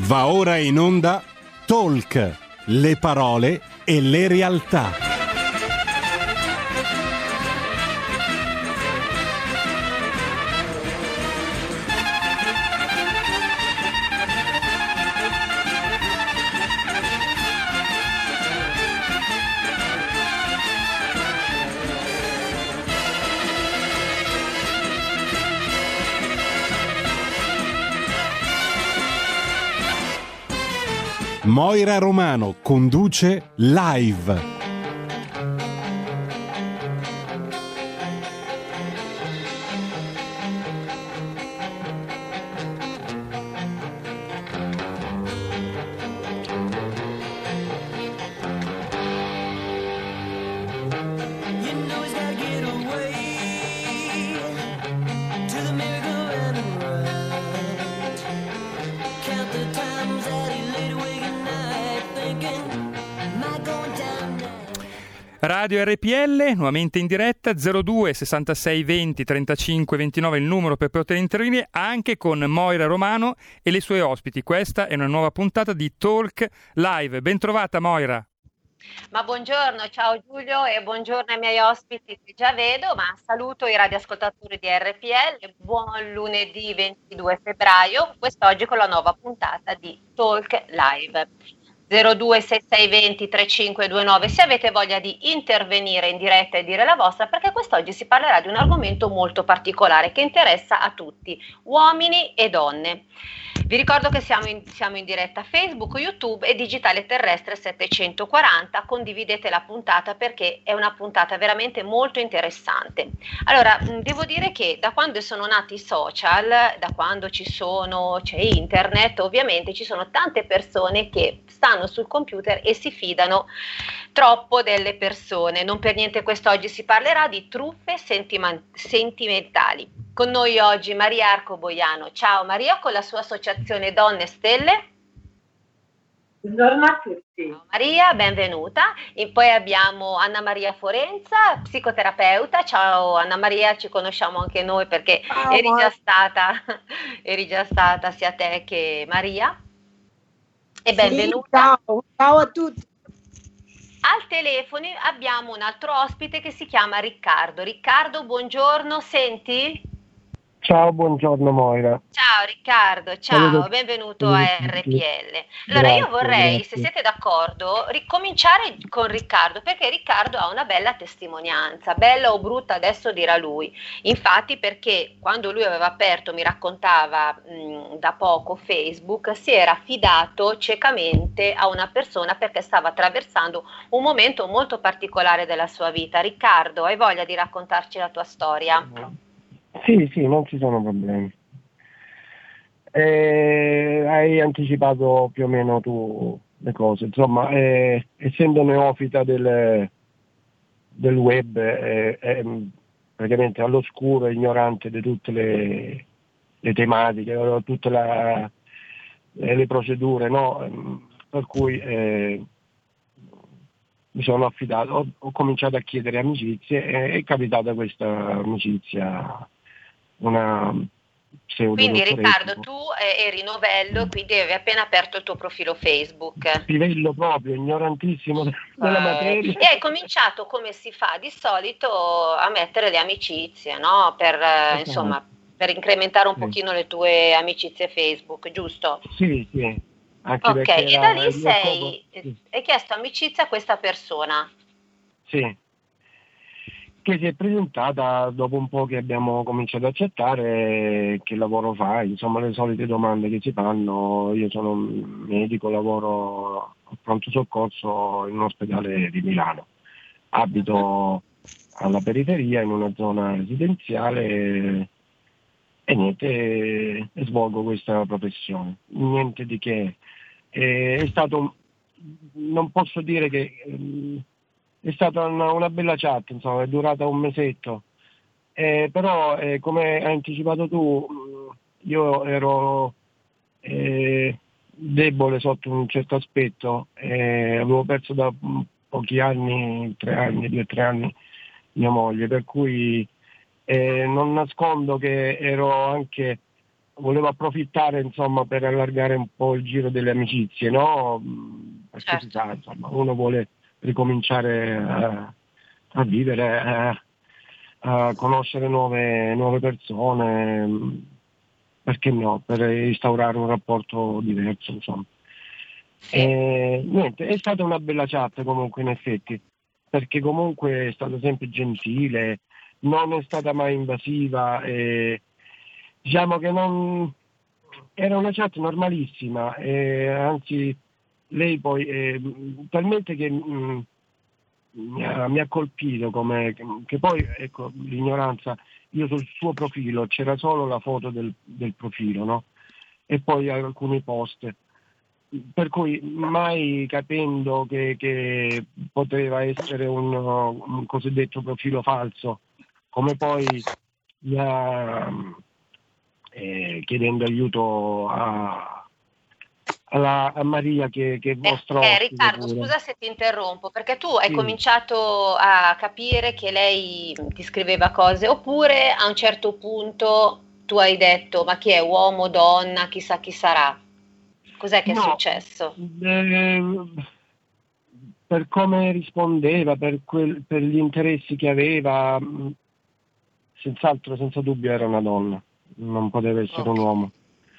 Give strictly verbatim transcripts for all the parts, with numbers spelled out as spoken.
Va ora in onda Talk, le parole e le realtà. Moira Romano conduce Live. Radio R P L, nuovamente in diretta, zero due sessantasei venti trentacinque ventinove il numero per poter intervenire, anche con Moira Romano e le sue ospiti. Questa è una nuova puntata di Talk Live. Ben trovata Moira. Ma buongiorno, ciao Giulio e buongiorno ai miei ospiti che già vedo, ma saluto i radioascoltatori di R P L, buon lunedì ventidue febbraio, quest'oggi con la nuova puntata di Talk Live. zero due sessantasei venti trentacinque ventinove se avete voglia di intervenire in diretta e dire la vostra, perché quest'oggi si parlerà di un argomento molto particolare che interessa a tutti, uomini e donne. Vi ricordo che siamo in, siamo in diretta Facebook, YouTube e Digitale Terrestre settecentoquaranta, condividete la puntata perché è una puntata veramente molto interessante. Allora, devo dire che da quando sono nati i social, da quando ci sono, c'è internet, ovviamente ci sono tante persone che stanno sul computer e si fidano troppo delle persone. Non per niente quest'oggi si parlerà di truffe sentima- sentimentali. Con noi oggi Maria Arcoboiano. Ciao Maria, con la sua associazione Donne Stelle. Buongiorno a tutti. Ciao Maria, benvenuta. E poi abbiamo Anna Maria Forenza, psicoterapeuta. Ciao Anna Maria, ci conosciamo anche noi perché Ciao, eri già stata, eri già stata sia te che Maria. E benvenuta. Sì, ciao, ciao a tutti. Al telefono abbiamo un altro ospite che si chiama Riccardo. Riccardo, buongiorno, senti? Ciao, buongiorno Moira. Ciao Riccardo, ciao, benvenuto a R P L. Allora io vorrei, grazie. se siete d'accordo, ricominciare con Riccardo, perché Riccardo ha una bella testimonianza, bella o brutta adesso dirà lui. Infatti perché quando lui aveva aperto, mi raccontava mh, da poco Facebook, si era affidato ciecamente a una persona perché stava attraversando un momento molto particolare della sua vita. Riccardo, hai voglia di raccontarci la tua storia? Sì, sì, non ci sono problemi. Eh, hai anticipato più o meno tu le cose, insomma, eh, essendo neofita del, del web, eh, eh, praticamente all'oscuro, ignorante di tutte le, le tematiche, tutte la, le, le procedure, no? Per cui eh, mi sono affidato, ho, ho cominciato a chiedere amicizie e è capitata questa amicizia, una pseudo. Quindi Riccardo, tu eri novello e quindi avevi appena aperto il tuo profilo Facebook. Livello proprio, ignorantissimo della Eh, materia. E hai cominciato, come si fa di solito, a mettere le amicizie, no? Per, eh, Esatto. insomma, per incrementare un Sì. pochino le tue amicizie Facebook, giusto? Sì, sì. Anche Ok, perché e era da lì il mio sei, scopo- sì. hai chiesto amicizia a questa persona. Sì, che si è presentata dopo un po' che abbiamo cominciato a chattare, che lavoro fai, insomma le solite domande che si fanno. Io sono un medico, lavoro a pronto soccorso in un ospedale di Milano, abito alla periferia in una zona residenziale e niente, e svolgo questa professione, niente di che. Eh, è stato un- non posso dire che ehm, è stata una, una bella chat, insomma, è durata un mesetto, eh, però eh, come hai anticipato tu, mh, io ero eh, debole sotto un certo aspetto, eh, avevo perso da mh, pochi anni, tre anni, due o tre anni, mia moglie, per cui eh, non nascondo che ero anche volevo approfittare, insomma, per allargare un po' il giro delle amicizie, no? Perché Certo. si sa, insomma, uno vuole ricominciare a, a vivere, a, a conoscere nuove, nuove persone, perché no? Per instaurare un rapporto diverso, insomma. Sì. E, niente, è stata una bella chat comunque, in effetti, perché comunque è stata sempre gentile, non è stata mai invasiva, e diciamo che non era una chat normalissima, e anzi lei poi eh, talmente che mh, mi, ha, mi ha colpito, come che poi, ecco, l'ignoranza, io sul suo profilo c'era solo la foto del, del profilo, no? E poi alcuni post, per cui mai capendo che, che poteva essere un, un cosiddetto profilo falso, come poi mi ha, eh, chiedendo aiuto a, alla, a Maria, che, che è Eh, vostra eh, ospite Riccardo, pure. scusa se ti interrompo, perché tu hai Sì. cominciato a capire che lei ti scriveva cose, oppure a un certo punto tu hai detto, ma chi è, uomo, donna, chissà chi sarà? Cos'è che è No, successo? eh, per come rispondeva, per, quel, per gli interessi che aveva, mh, senz'altro, senza dubbio era una donna, non poteva essere un Ok. uomo.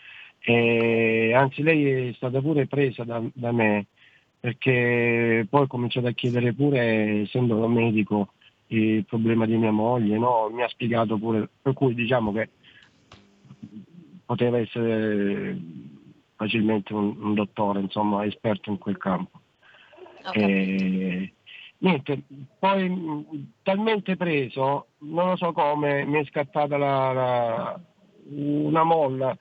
E, anzi, lei è stata pure presa da, da me, perché poi ho cominciato a chiedere pure, essendo medico, il problema di mia moglie, no? Mi ha spiegato pure, per cui diciamo che poteva essere facilmente un, un dottore, insomma, esperto in quel campo. Ho capito. E, niente, poi mh, talmente preso, non lo so come, mi è scattata la, la- una molla,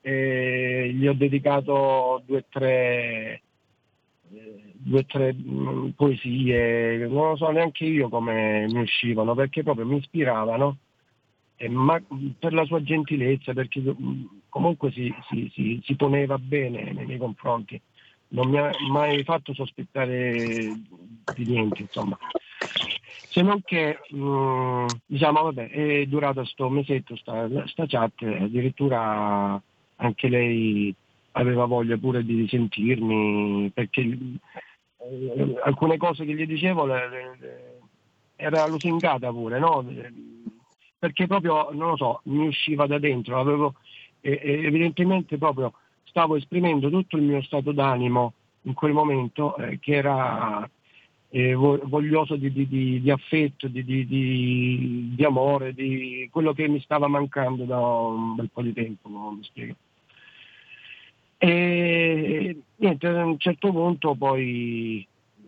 e gli ho dedicato due o tre, eh, due o tre mh, poesie, non lo so neanche io come mi uscivano, perché proprio mi ispiravano, e ma per la sua gentilezza, perché mh, comunque si, si, si, si poneva bene nei miei confronti, non mi ha mai fatto sospettare di niente, insomma. Se non che, mh, diciamo, vabbè, è durata sto mesetto sta, sta chat, addirittura anche lei aveva voglia pure di risentirmi, perché eh, alcune cose che gli dicevo le, le, le, era lusingata pure, no? Perché proprio, non lo so, mi usciva da dentro, avevo, e, e evidentemente proprio stavo esprimendo tutto il mio stato d'animo in quel momento, eh, che era eh, voglioso di, di, di, di affetto, di, di, di, di amore, di quello che mi stava mancando da un bel po' di tempo, no? Mi spiego. E niente, a un certo punto poi,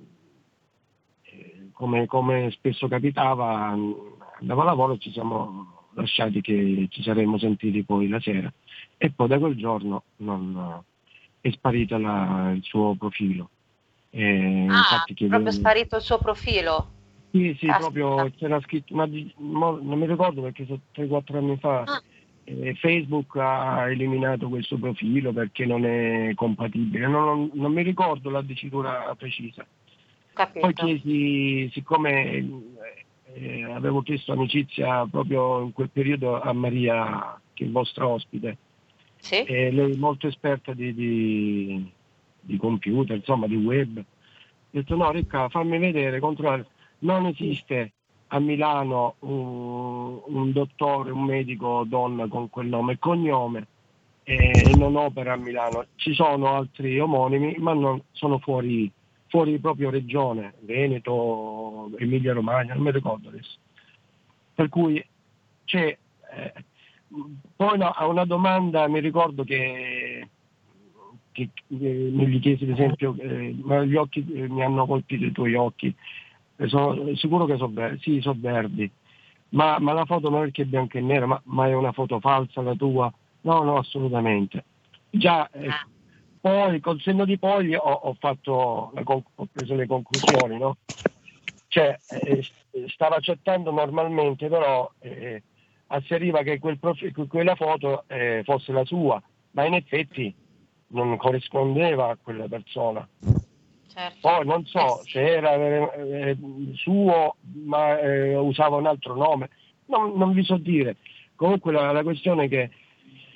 eh, come, come spesso capitava, andavo a lavoro e ci siamo lasciati che ci saremmo sentiti poi la sera, e poi da quel giorno non, è sparito la, il suo profilo. E Ah, infatti proprio chiedevo. sparito il suo profilo. Sì, sì, Caspita. proprio c'era scritto, ma di- mo- non mi ricordo perché sono tre quattro anni fa, Ah, eh, Facebook ha eliminato questo profilo perché non è compatibile, non, non- non mi ricordo la dicitura precisa. Poi capito. chiesi, siccome eh, eh, avevo chiesto amicizia proprio in quel periodo a Maria, che è il vostro ospite, Sì? e lei è molto esperta di, di- di computer, insomma, di web. Ho detto: no, Ricca, fammi vedere, controllare. Non esiste a Milano un, un dottore, un medico donna con quel nome e cognome, e non opera a Milano. Ci sono altri omonimi, ma non, sono fuori, fuori proprio regione, Veneto, Emilia Romagna, non mi ricordo adesso. Per cui c'è. eh, Poi no, a una domanda mi ricordo che, che eh, mi gli chiesi, ad esempio, eh, ma gli occhi, eh, mi hanno colpito i tuoi occhi. Eh, sono sicuro che sono verdi, sì, sono verdi, ma, ma la foto non è che è bianca e nera, ma, ma è una foto falsa la tua? No, no, assolutamente. Già, Ah, ecco. Poi col senno di poi ho, ho fatto la conc- ho preso le conclusioni, no? Cioè, eh, stava accettando normalmente, però eh, asseriva che quel prof- que- quella foto eh, fosse la sua, ma in effetti non corrispondeva a quella persona. certo. Poi non Eh so sì. se era eh, suo, ma eh, usava un altro nome, non, non vi so dire. Comunque la, la questione è che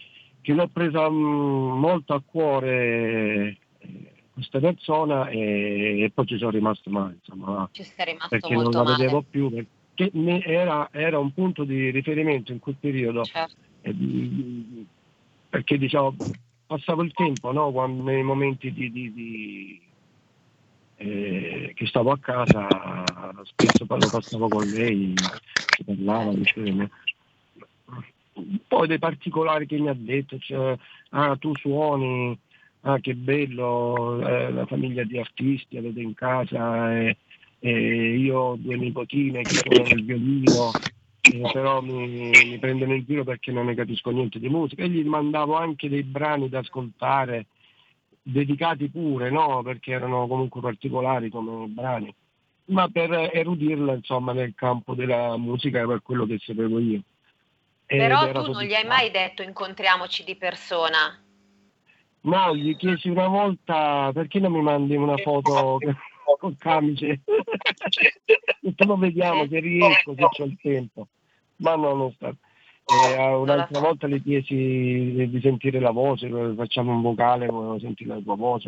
che l'ho presa mh, molto a cuore eh, questa persona e, e poi ci sono rimasto male, insomma, Ci sei rimasto perché non molto la male. vedevo più, perché ne- era, era un punto di riferimento in quel periodo, Certo. eh, mh, perché diciamo passavo il tempo, no? Quando, nei momenti di, di, di eh, che stavo a casa, spesso lo passavo con lei, si parlava insieme. Poi dei particolari che mi ha detto, cioè, ah tu suoni, ah che bello, eh, la famiglia di artisti avete in casa, e, e io ho due nipotine che suonano il violino, eh, però mi, mi prendono in giro perché non ne capisco niente di musica, e gli mandavo anche dei brani da ascoltare, dedicati pure, no? Perché erano comunque particolari come brani, ma per erudirla insomma nel campo della musica, per quello che sapevo io. Ed Però era tu non gli hai soddisfatto. mai detto incontriamoci di persona? No, gli chiesi una volta perché non mi mandi una foto col camice. Detto, lo vediamo Sì. se riesco, se c'ho il tempo. Ma no, non sta. Eh, un'altra volta le chiesi di sentire la voce, facciamo un vocale, volevo sentire la tua voce.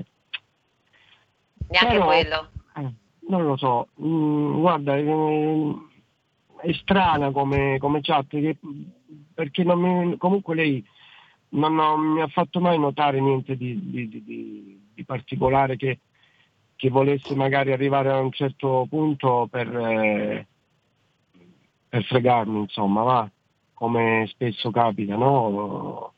Neanche Però, quello. eh, non lo so, mm, guarda, eh, è strana come, come chat, che, perché non mi, comunque lei non, non mi ha fatto mai notare niente di, di, di, di, di particolare che, che volesse magari arrivare a un certo punto per, eh, per fregarmi, insomma, va, come spesso capita, no?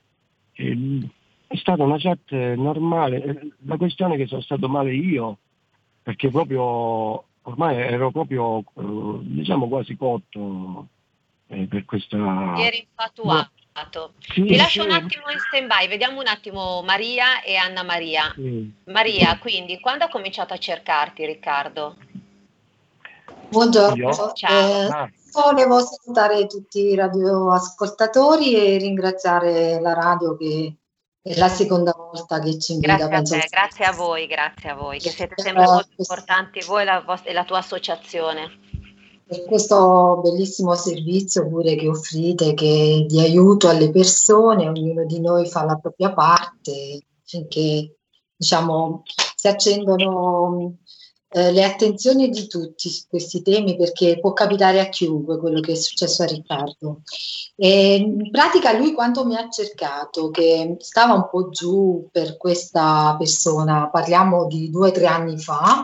E, è stata una chat normale, la questione è che sono stato male io, perché proprio ormai ero proprio eh, diciamo quasi cotto eh, per questa. Ti eri infatuato. Sì, Ti lascio sì, un attimo in stand-by, vediamo un attimo Maria e Anna Maria. sì. Maria, quindi quando ha cominciato a cercarti, Riccardo? Buongiorno, Io? eh, Ah, volevo salutare tutti i radioascoltatori e ringraziare la radio che è la seconda volta che ci invita. Grazie a Penso te, grazie a voi, grazie a voi, che siete per, sempre molto questo, importanti, voi e la, vos- e la tua associazione. per questo bellissimo servizio pure che offrite, che di aiuto alle persone, ognuno di noi fa la propria parte finché diciamo si accendono Eh, le attenzioni di tutti su questi temi, perché può capitare a chiunque quello che è successo a Riccardo. E in pratica lui quando mi ha cercato, che stava un po' giù per questa persona, parliamo di due o tre anni fa,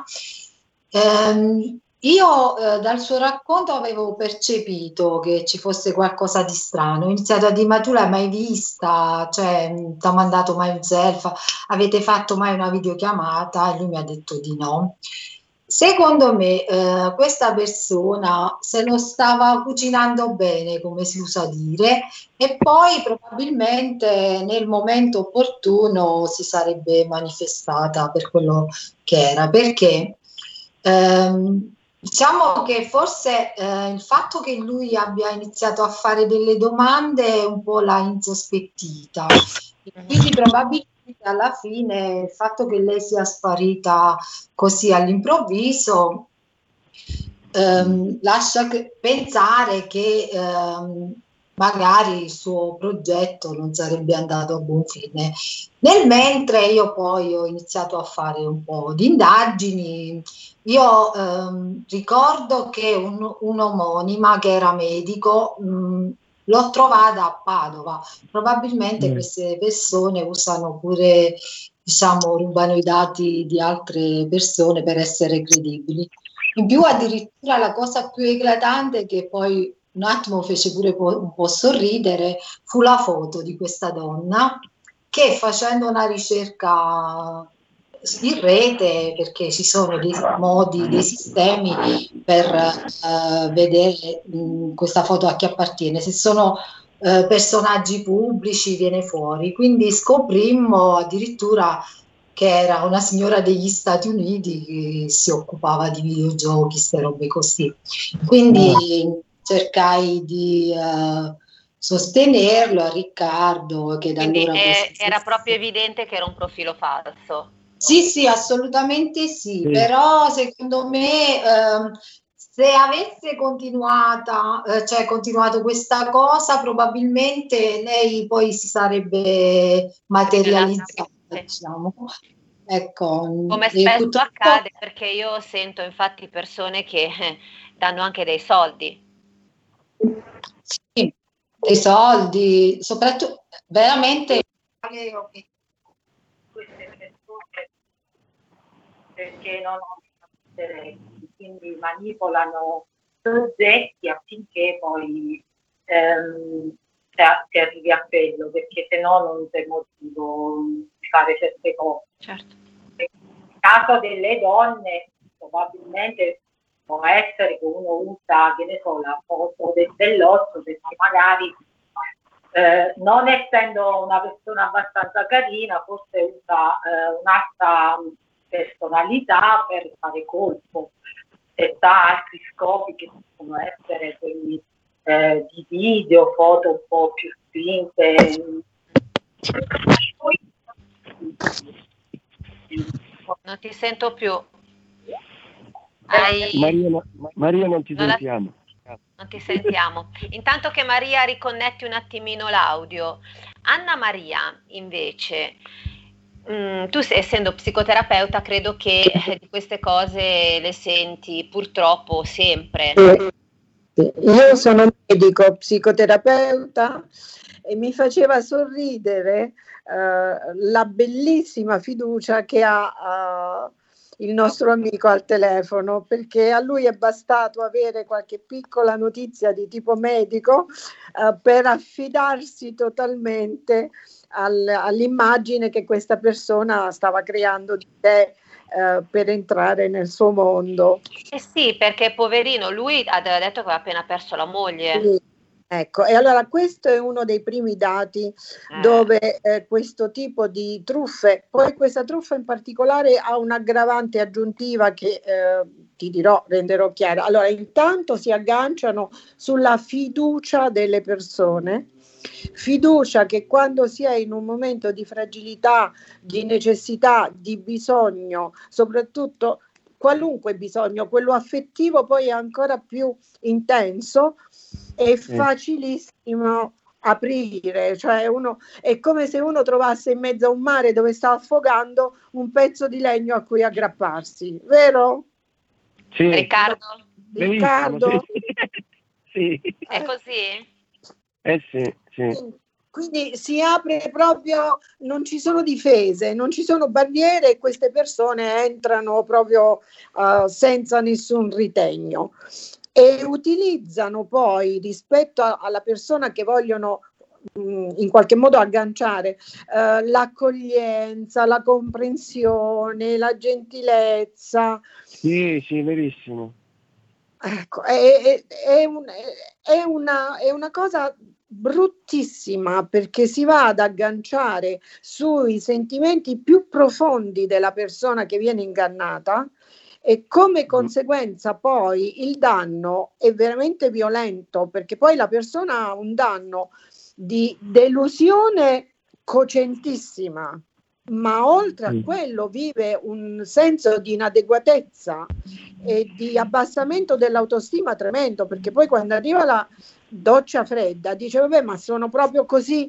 ehm, io eh, dal suo racconto avevo percepito che ci fosse qualcosa di strano. Ho iniziato a dire: ma tu l'hai mai vista? Cioè, ti ha mandato mai un selfie? Avete fatto mai una videochiamata? E lui mi ha detto di no. Secondo me eh, questa persona se lo stava cucinando bene, come si usa dire, e poi probabilmente nel momento opportuno si sarebbe manifestata per quello che era, perché ehm, diciamo che forse eh, il fatto che lui abbia iniziato a fare delle domande un po' l'ha insospettita, e quindi probabilmente alla fine il fatto che lei sia sparita così all'improvviso ehm, lascia che- pensare che ehm, magari il suo progetto non sarebbe andato a buon fine. Nel mentre io poi ho iniziato a fare un po' di indagini. Io ehm, ricordo che un, un'omonima che era medico mh, l'ho trovata a Padova. Probabilmente mm. queste persone usano pure, diciamo, rubano i dati di altre persone per essere credibili. In più, addirittura, la cosa più eclatante, che poi un attimo fece pure po- un po' sorridere, fu la foto di questa donna che, facendo una ricerca in rete, perché ci sono dei modi, dei sistemi per eh, vedere mh, questa foto a chi appartiene, se sono eh, personaggi pubblici viene fuori, quindi scoprimmo addirittura che era una signora degli Stati Uniti che si occupava di videogiochi, queste robe così. Quindi cercai di eh, sostenerlo a Riccardo, che da Quindi allora è- poi... era proprio evidente che era un profilo falso. Sì, sì, assolutamente sì, Sì. però secondo me ehm, se avesse continuata, eh, cioè continuato questa cosa, probabilmente lei poi si sarebbe materializzata, diciamo. Ecco, come spesso accade, perché io sento infatti persone che eh, danno anche dei soldi. Sì, dei soldi, soprattutto veramente queste persone perché non hanno interessi, quindi manipolano soggetti affinché poi ehm, si arrivi a quello, perché se no non c'è motivo di fare certe cose. Certo. Nel caso delle donne probabilmente può essere che uno usa, che ne so, la foto del bellotto, perché magari eh, non essendo una persona abbastanza carina, forse usa eh, un'altra personalità per fare colpo, e ha altri scopi che possono essere quelli eh, di video, foto un po' più spinte. Non ti sento più. Hai... Maria, Maria, non ti non sentiamo. La... Non ti sentiamo. Intanto che Maria riconnetti un attimino l'audio. Anna Maria, invece, mh, tu essendo psicoterapeuta, credo che eh, di queste cose le senti purtroppo sempre. Io sono medico, psicoterapeuta, e mi faceva sorridere uh, la bellissima fiducia che ha uh, il nostro amico al telefono, perché a lui è bastato avere qualche piccola notizia di tipo medico uh, per affidarsi totalmente al, all'immagine che questa persona stava creando di te uh, per entrare nel suo mondo. Eh sì, perché poverino, lui ha detto che aveva appena perso la moglie. Sì. Ecco, e allora questo è uno dei primi dati Eh. dove eh, questo tipo di truffe, poi questa truffa in particolare ha un'aggravante aggiuntiva che eh, ti dirò, renderò chiara. Allora, intanto si agganciano sulla fiducia delle persone, fiducia che quando si è in un momento di fragilità, di necessità, di bisogno, soprattutto qualunque bisogno, quello affettivo poi è ancora più intenso, è facilissimo aprire, cioè uno è come se uno trovasse in mezzo a un mare dove sta affogando un pezzo di legno a cui aggrapparsi, vero? Sì. Riccardo? Riccardo? Sì. È così? Eh sì, sì. Quindi si apre proprio, non ci sono difese, non ci sono barriere e queste persone entrano proprio uh, senza nessun ritegno. E utilizzano poi rispetto a, alla persona che vogliono mh, in qualche modo agganciare eh, l'accoglienza, la comprensione, la gentilezza. Sì, sì, verissimo. Ecco, è, è, è, un, è, una, è una cosa bruttissima, perché si va ad agganciare sui sentimenti più profondi della persona che viene ingannata. E come conseguenza poi il danno è veramente violento, perché poi la persona ha un danno di delusione cocentissima, ma oltre a quello vive un senso di inadeguatezza e di abbassamento dell'autostima tremendo, perché poi quando arriva la doccia fredda dice vabbè, ma sono proprio così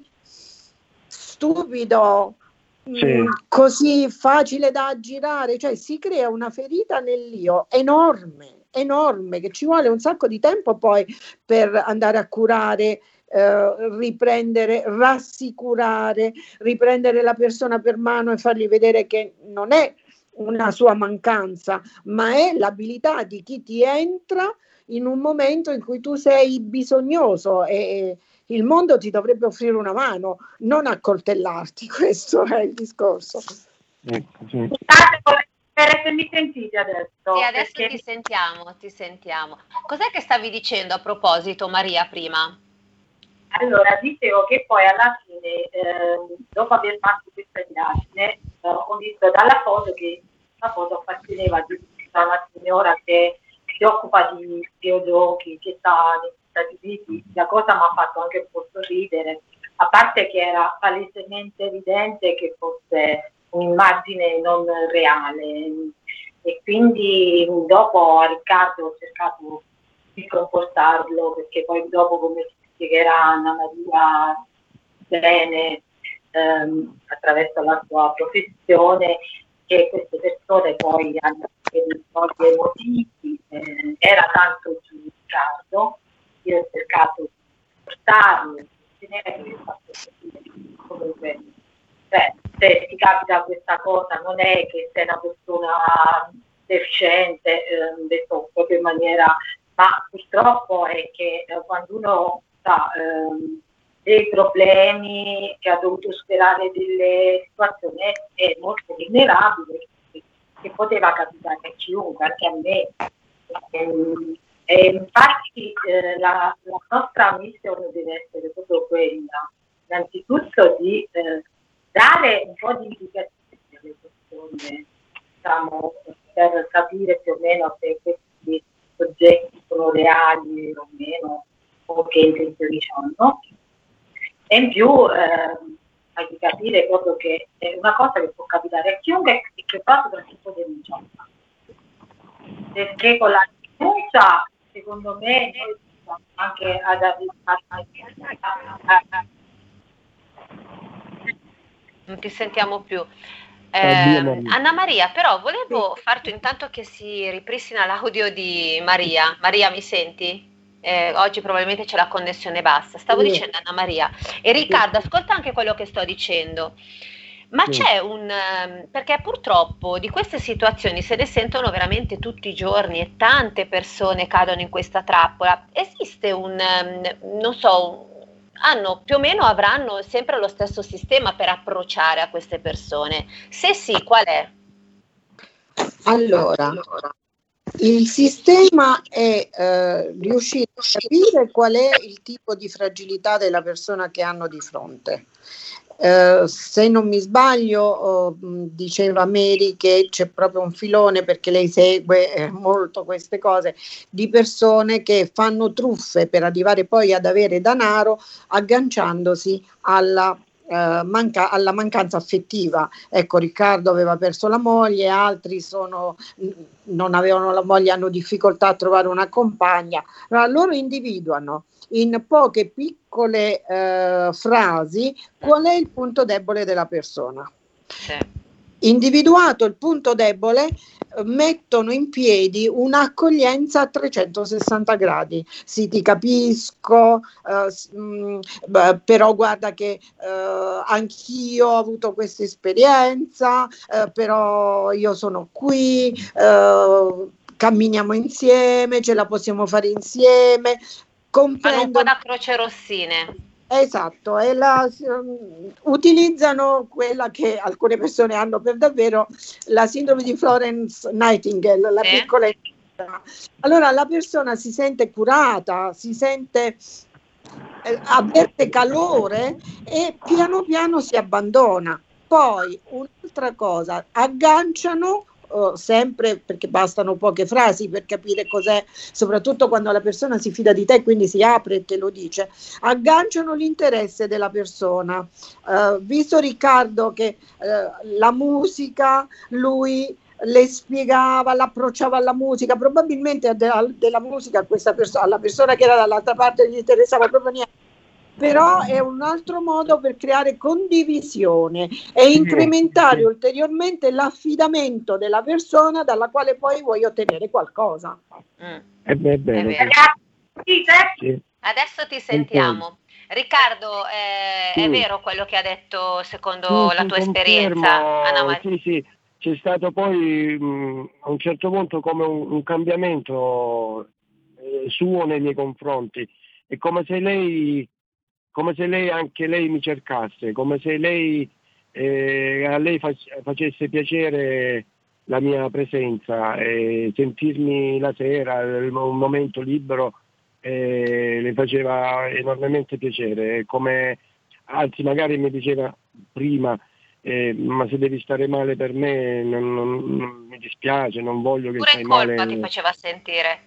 stupido, Sì. così facile da aggirare, cioè si crea una ferita nell'io enorme, enorme, che ci vuole un sacco di tempo poi per andare a curare, eh, riprendere, rassicurare, riprendere la persona per mano e fargli vedere che non è una sua mancanza, ma è l'abilità di chi ti entra in un momento in cui tu sei bisognoso e il mondo ti dovrebbe offrire una mano, non accoltellarti. Questo è il discorso. Ecco, sì. Se mi sentite adesso? Sì, adesso perché... ti sentiamo, ti sentiamo. Cos'è che stavi dicendo a proposito, Maria, prima? Allora, dicevo che poi alla fine, eh, dopo aver fatto questa indagine, eh, ho visto dalla foto che la foto apparteneva a una signora che si occupa di videogiochi, che sta negli Stati Uniti. La cosa mi ha fatto anche un po' sorridere, a parte che era palesemente evidente che fosse un'immagine non reale. e quindi dopo a Riccardo ho cercato di confortarlo, perché poi dopo, come ci spiegherà Anna Maria bene ehm, attraverso la sua professione, che queste persone poi hanno dei nodi emotivi, eh, era tanto giù Riccardo, io ho cercato di portarlo, di sostenerlo, comunque, cioè, se ti capita questa cosa non è che sei una persona deficiente, eh, detto proprio in maniera, ma purtroppo è che eh, quando uno ha eh, dei problemi, che ha dovuto superare delle situazioni, è molto vulnerabile, che, che poteva capitare a chiunque, anche a me. E, e infatti eh, la, la nostra missione deve essere proprio quella, innanzitutto di eh, dare un po' di indicazioni alle persone, diciamo, per capire più o meno se questi soggetti sono reali o meno, o che intenzioni hanno. E in più eh, di capire proprio che è una cosa che può capitare a chiunque e che fa soprattutto denunciarla. Perché con la denuncia, secondo me, noi siamo anche ad non ti sentiamo più. Eh, Anna Maria, però volevo farti, intanto che si ripristina l'audio di Maria. Maria, mi senti? Eh, oggi probabilmente c'è la connessione bassa. Stavo sì. dicendo Anna Maria. E Riccardo, ascolta anche quello che sto dicendo. Ma sì. c'è un... perché purtroppo di queste situazioni se ne sentono veramente tutti i giorni e tante persone cadono in questa trappola. Esiste un... non so... hanno più o meno avranno sempre lo stesso sistema per approcciare a queste persone? Se sì, qual è? Allora, il sistema è eh, riuscire a capire qual è il tipo di fragilità della persona che hanno di fronte. Uh, se non mi sbaglio, uh, diceva Mary che c'è proprio un filone, perché lei segue eh, molto queste cose, di persone che fanno truffe per arrivare poi ad avere denaro agganciandosi alla, uh, manca- alla mancanza affettiva. Ecco, Riccardo aveva perso la moglie, altri sono, non avevano la moglie, hanno difficoltà a trovare una compagna. Allora, loro individuano in poche piccole eh, frasi qual è il punto debole della persona. Sì. Individuato il punto debole, mettono in piedi un'accoglienza a trecentosessanta gradi. Sì, ti capisco, eh, mh, beh, però guarda che eh, anch'io ho avuto questa esperienza, eh, però io sono qui, eh, camminiamo insieme, ce la possiamo fare insieme. Fanno un po' da croce rossine. Esatto, e la, um, utilizzano quella che alcune persone hanno per davvero, la sindrome di Florence Nightingale, la sì. piccola. Allora la persona si sente curata, si sente, eh, avverte calore e piano piano si abbandona. Poi un'altra cosa, agganciano. Oh, sempre, perché bastano poche frasi per capire cos'è, soprattutto quando la persona si fida di te, quindi si apre e te lo dice, agganciano l'interesse della persona. Uh, visto Riccardo che uh, la musica, lui le spiegava, l'approcciava alla musica, probabilmente della, della musica a questa persona, alla persona che era dall'altra parte non gli interessava proprio niente. Però è un altro modo per creare condivisione e incrementare ulteriormente l'affidamento della persona dalla quale poi vuoi ottenere qualcosa. Mm. Eh beh, bene, è sì. Adesso ti sentiamo. Riccardo, eh, sì. è vero quello che ha detto secondo sì, la tua esperienza, Anna Maria? Sì, sì, c'è stato poi mh, a un certo punto come un, un cambiamento eh, suo nei miei confronti. È come se lei come se lei anche lei mi cercasse, come se lei eh, a lei fac- facesse piacere la mia presenza e sentirmi la sera, un momento libero, eh, le faceva enormemente piacere, come anzi magari mi diceva prima eh, ma se devi stare male per me non, non, non mi dispiace, non voglio che pure stai in colpa male. Ti faceva sentire.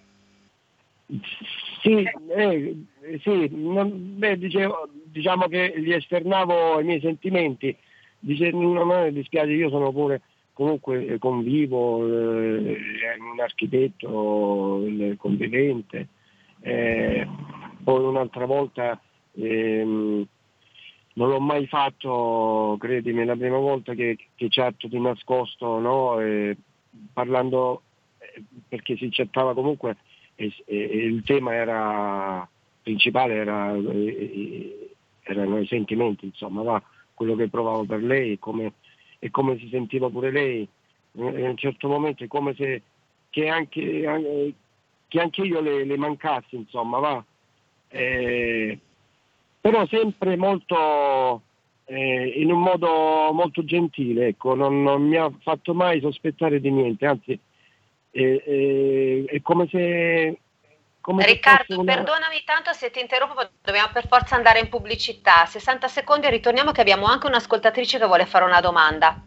Sì, eh, sì non, beh, dicevo, diciamo che gli esternavo i miei sentimenti, dice non mi dispiace, io sono pure comunque convivo, eh, è un architetto eh, convivente, eh, poi un'altra volta ehm, non l'ho mai fatto, credimi, è la prima volta che, che chatto di nascosto, no? Eh, parlando, eh, perché si chattava comunque e, e, e il tema era principale era, eh, erano i sentimenti, insomma, va, quello che provavo per lei, come, e come si sentiva pure lei. In un certo momento è come se che anche, anche, che anche io le, le mancassi, insomma, va. Eh, però sempre molto eh, in un modo molto gentile, ecco, non, non mi ha fatto mai sospettare di niente, anzi eh, eh, è come se come Riccardo, se una... perdonami tanto se ti interrompo, dobbiamo per forza andare in pubblicità. sessanta secondi e ritorniamo, che abbiamo anche un'ascoltatrice che vuole fare una domanda.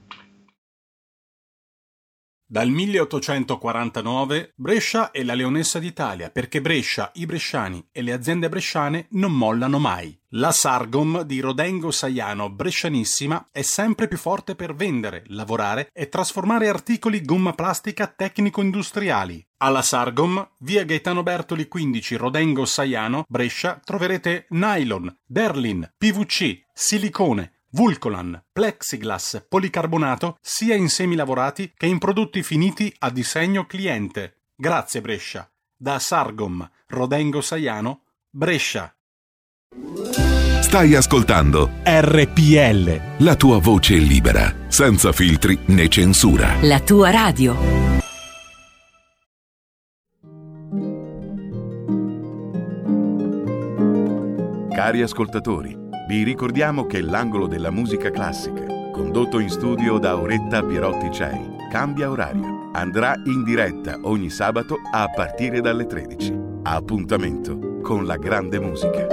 Dal milleottocentoquarantanove Brescia è la leonessa d'Italia, perché Brescia, i bresciani e le aziende bresciane non mollano mai. La Sargom di Rodengo Saiano Brescianissima è sempre più forte per vendere, lavorare e trasformare articoli gomma plastica tecnico-industriali. Alla Sargom, via Gaetano Bertoli quindici Rodengo Saiano, Brescia, troverete nylon, derlin, P V C, silicone, Vulcolan, plexiglass, policarbonato, sia in semi lavorati che in prodotti finiti a disegno cliente. Grazie Brescia. Da Sargom, Rodengo Saiano, Brescia. Stai ascoltando R P L. La tua voce libera, senza filtri né censura. La tua radio. Cari ascoltatori, vi ricordiamo che l'angolo della musica classica, condotto in studio da Auretta Pierotti Cei, cambia orario. Andrà in diretta ogni sabato a partire dalle tredici. Appuntamento con la grande musica.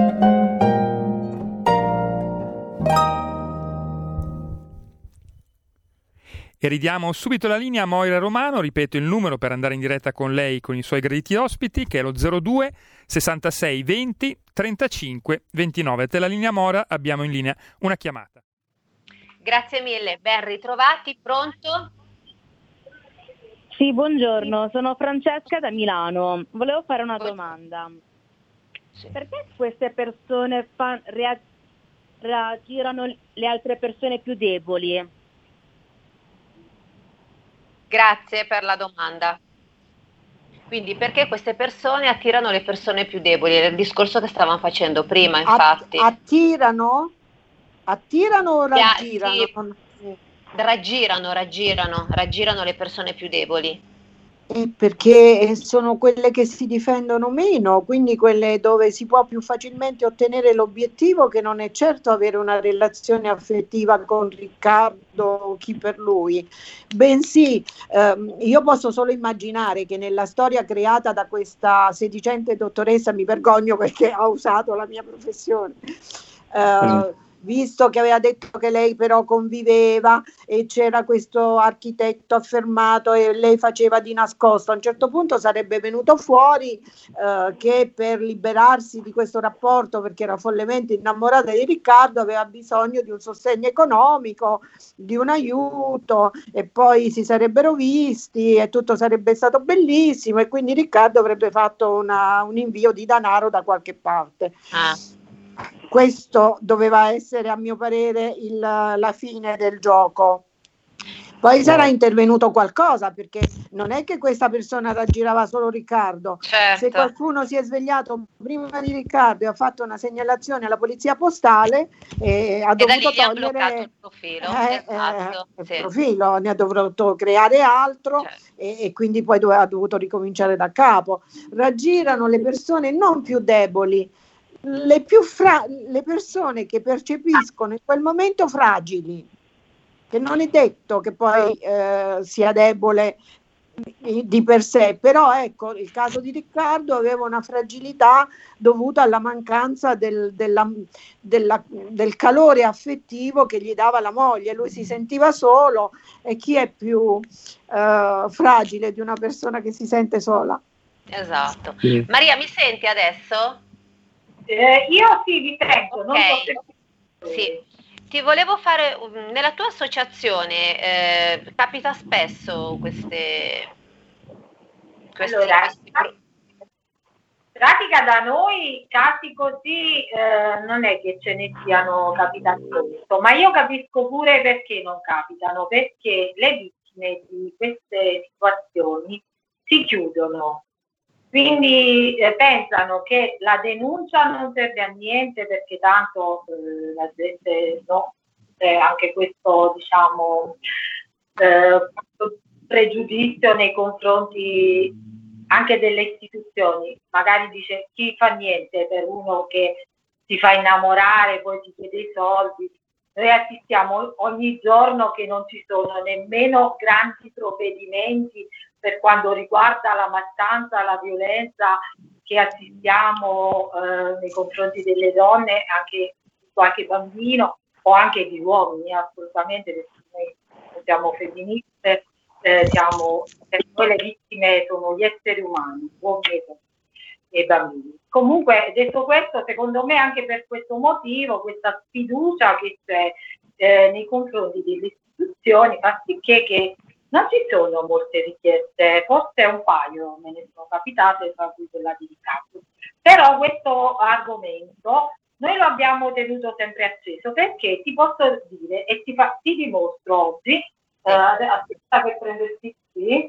E ridiamo subito la linea a Moira Romano. Ripeto il numero per andare in diretta con lei, con i suoi graditi ospiti, che è lo zero due sessantasei venti trentacinque ventinove. Te la linea Mora, abbiamo in linea una chiamata. Grazie mille, ben ritrovati, pronto? Sì, buongiorno, sono Francesca da Milano. Volevo fare una domanda. Sì. Perché queste persone fan, rea, raggirano le altre persone più deboli? Grazie per la domanda. Quindi perché queste persone attirano le persone più deboli? È il discorso che stavamo facendo prima, infatti. Attirano? Attirano o raggirano? Sì, raggirano, raggirano, raggirano le persone più deboli. Eh, perché sono quelle che si difendono meno, quindi quelle dove si può più facilmente ottenere l'obiettivo, che non è certo avere una relazione affettiva con Riccardo o chi per lui, bensì ehm, io posso solo immaginare che nella storia creata da questa sedicente dottoressa, mi vergogno perché ha usato la mia professione, eh, mm. visto che aveva detto che lei però conviveva e c'era questo architetto affermato e lei faceva di nascosto, a un certo punto sarebbe venuto fuori eh, che per liberarsi di questo rapporto, perché era follemente innamorata di Riccardo, aveva bisogno di un sostegno economico, di un aiuto, e poi si sarebbero visti e tutto sarebbe stato bellissimo, e quindi Riccardo avrebbe fatto una, un invio di denaro da qualche parte. Ah. Questo doveva essere, a mio parere, il, la fine del gioco. Poi sarà intervenuto qualcosa, perché non è che questa persona raggirava solo Riccardo. Certo. Se qualcuno si è svegliato prima di Riccardo e ha fatto una segnalazione alla polizia postale, eh, ha e dovuto da lì togliere ha bloccato il profilo, eh, esatto, eh, sì. il profilo, ne ha dovuto creare altro, certo. e, e quindi poi dove, ha dovuto ricominciare da capo. Raggirano le persone non più deboli, le, più fra- le persone che percepiscono in quel momento fragili, che non è detto che poi eh, sia debole di per sé, però ecco, il caso di Riccardo aveva una fragilità dovuta alla mancanza del, della, della, del calore affettivo che gli dava la moglie. Lui si sentiva solo, e chi è più eh, fragile di una persona che si sente sola? Esatto. Sì. Maria, mi senti adesso? Eh, io sì, vi sento. Ok. Non so se... Sì. ti volevo fare, um, nella tua associazione eh, capita spesso queste, queste, Allora, questi pro- in pratica da noi casi così eh, non è che ce ne siano capitati spesso, ma io capisco pure perché non capitano, perché le vittime di queste situazioni si chiudono. Quindi eh, pensano che la denuncia non serve a niente perché tanto eh, la gente no, eh, anche questo diciamo eh, pregiudizio nei confronti anche delle istituzioni, magari dice chi fa niente per uno che si fa innamorare, poi ti chiede i soldi. Noi assistiamo ogni giorno che non ci sono nemmeno grandi provvedimenti per quanto riguarda la mattanza, la violenza che assistiamo eh, nei confronti delle donne, anche di qualche bambino o anche di uomini, assolutamente, perché noi siamo femministe, eh, siamo, per noi le vittime sono gli esseri umani, uomini e bambini. Comunque, detto questo, secondo me anche per questo motivo, questa sfiducia che c'è eh, nei confronti delle istituzioni fa sì che, che non ci sono molte richieste, forse un paio me ne sono capitate, tra cui quella di Riccardo. Però questo argomento noi lo abbiamo tenuto sempre acceso perché ti posso dire e ti, fa, ti dimostro oggi, eh, aspetta che prendersi qui,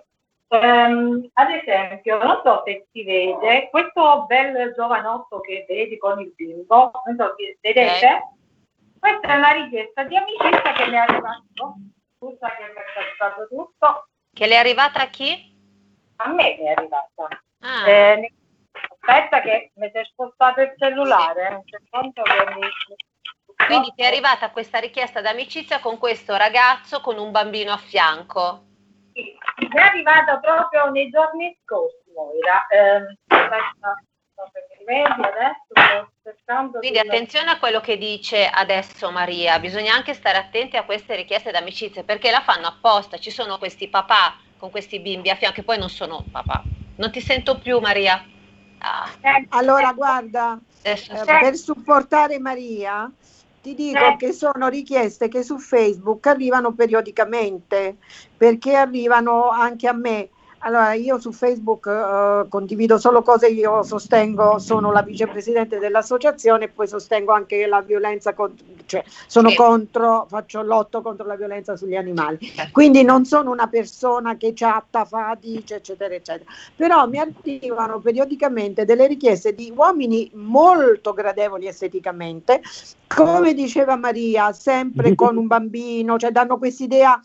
ehm, ad esempio, non so se si vede, questo bel giovanotto che vedi con il bimbo, non so se vedete, okay. Questa è una richiesta di amicizia che mi è arrivata. Scusa che mi è passato tutto. Che le è arrivata a chi? A me mi è arrivata. Ah. Eh, aspetta che mi si è spostato il cellulare. Sì. Che mi... Quindi ti è arrivata questa richiesta d'amicizia con questo ragazzo con un bambino a fianco? Sì, mi è arrivata proprio nei giorni scorsi, Moira. Eh, aspetta, perché vedi adesso... Quindi attenzione a quello che dice adesso Maria, bisogna anche stare attenti a queste richieste d'amicizia perché la fanno apposta, ci sono questi papà con questi bimbi a fianco che poi non sono papà. Non ti sento più Maria. Ah. Allora guarda, eh, per supportare Maria ti dico eh. che sono richieste che su Facebook arrivano periodicamente perché arrivano anche a me. Allora, io su Facebook uh, condivido solo cose, io sostengo, sono la vicepresidente dell'associazione e poi sostengo anche la violenza, con, cioè sono sì. contro, faccio lotto contro la violenza sugli animali. Quindi non sono una persona che chatta, fa, dice, eccetera, eccetera. Però mi arrivano periodicamente delle richieste di uomini molto gradevoli esteticamente, come diceva Maria, sempre con un bambino, cioè danno quest'idea